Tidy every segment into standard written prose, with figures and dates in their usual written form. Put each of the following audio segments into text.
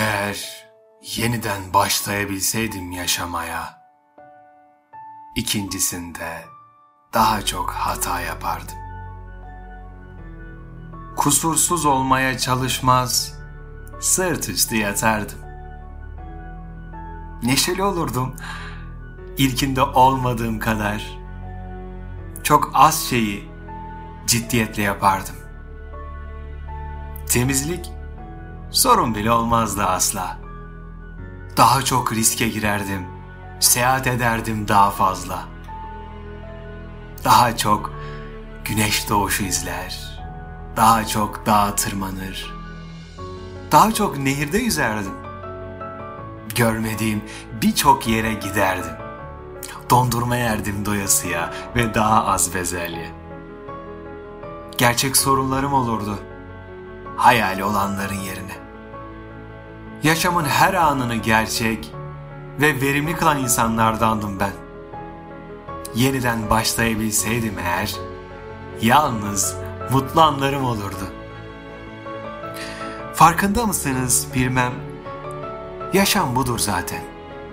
Eğer yeniden başlayabilseydim yaşamaya, ikincisinde daha çok hata yapardım. Kusursuz olmaya çalışmaz, sırt üstü yatardım. Neşeli olurdum, ilkinde olmadığım kadar. Çok az şeyi ciddiyetle yapardım. Temizlik sorun bile olmazdı asla. Daha çok riske girerdim, seyahat ederdim daha fazla. Daha çok güneş doğuşu izler, daha çok dağa tırmanır, daha çok nehirde yüzerdim. Görmediğim birçok yere giderdim. Dondurma yerdim doyasıya ve daha az bezelye. Gerçek sorunlarım olurdu, hayali olanların yerine. Yaşamın her anını gerçek ve verimli kılan insanlardandım ben. Yeniden başlayabilseydim eğer, yalnız mutlu anlarım olurdu. Farkında mısınız bilmem, yaşam budur zaten.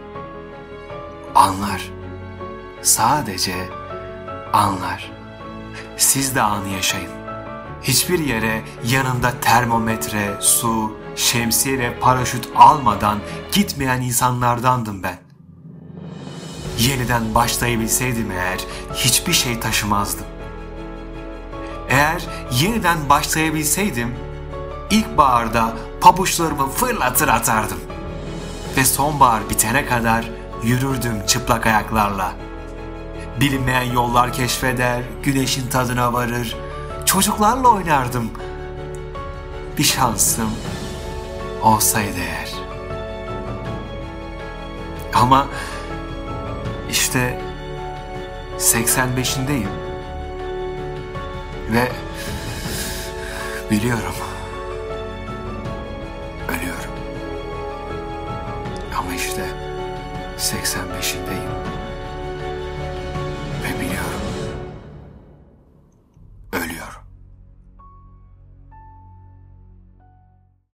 Anlar, sadece anlar. Siz de anı yaşayın. Hiçbir yere yanında termometre, su, şemsiye ve paraşüt almadan gitmeyen insanlardandım ben. Yeniden başlayabilseydim eğer hiçbir şey taşımazdım. Eğer yeniden başlayabilseydim ilkbaharda pabuçlarımı fırlatır atardım. Ve sonbahar bitene kadar yürürdüm çıplak ayaklarla. Bilinmeyen yollar keşfeder, güneşin tadına varır, çocuklarla oynardım. Bir şansım olsaydı eğer. Ama işte 85'indeyim ve biliyorum ölüyorum. Ama işte 85'indeyim.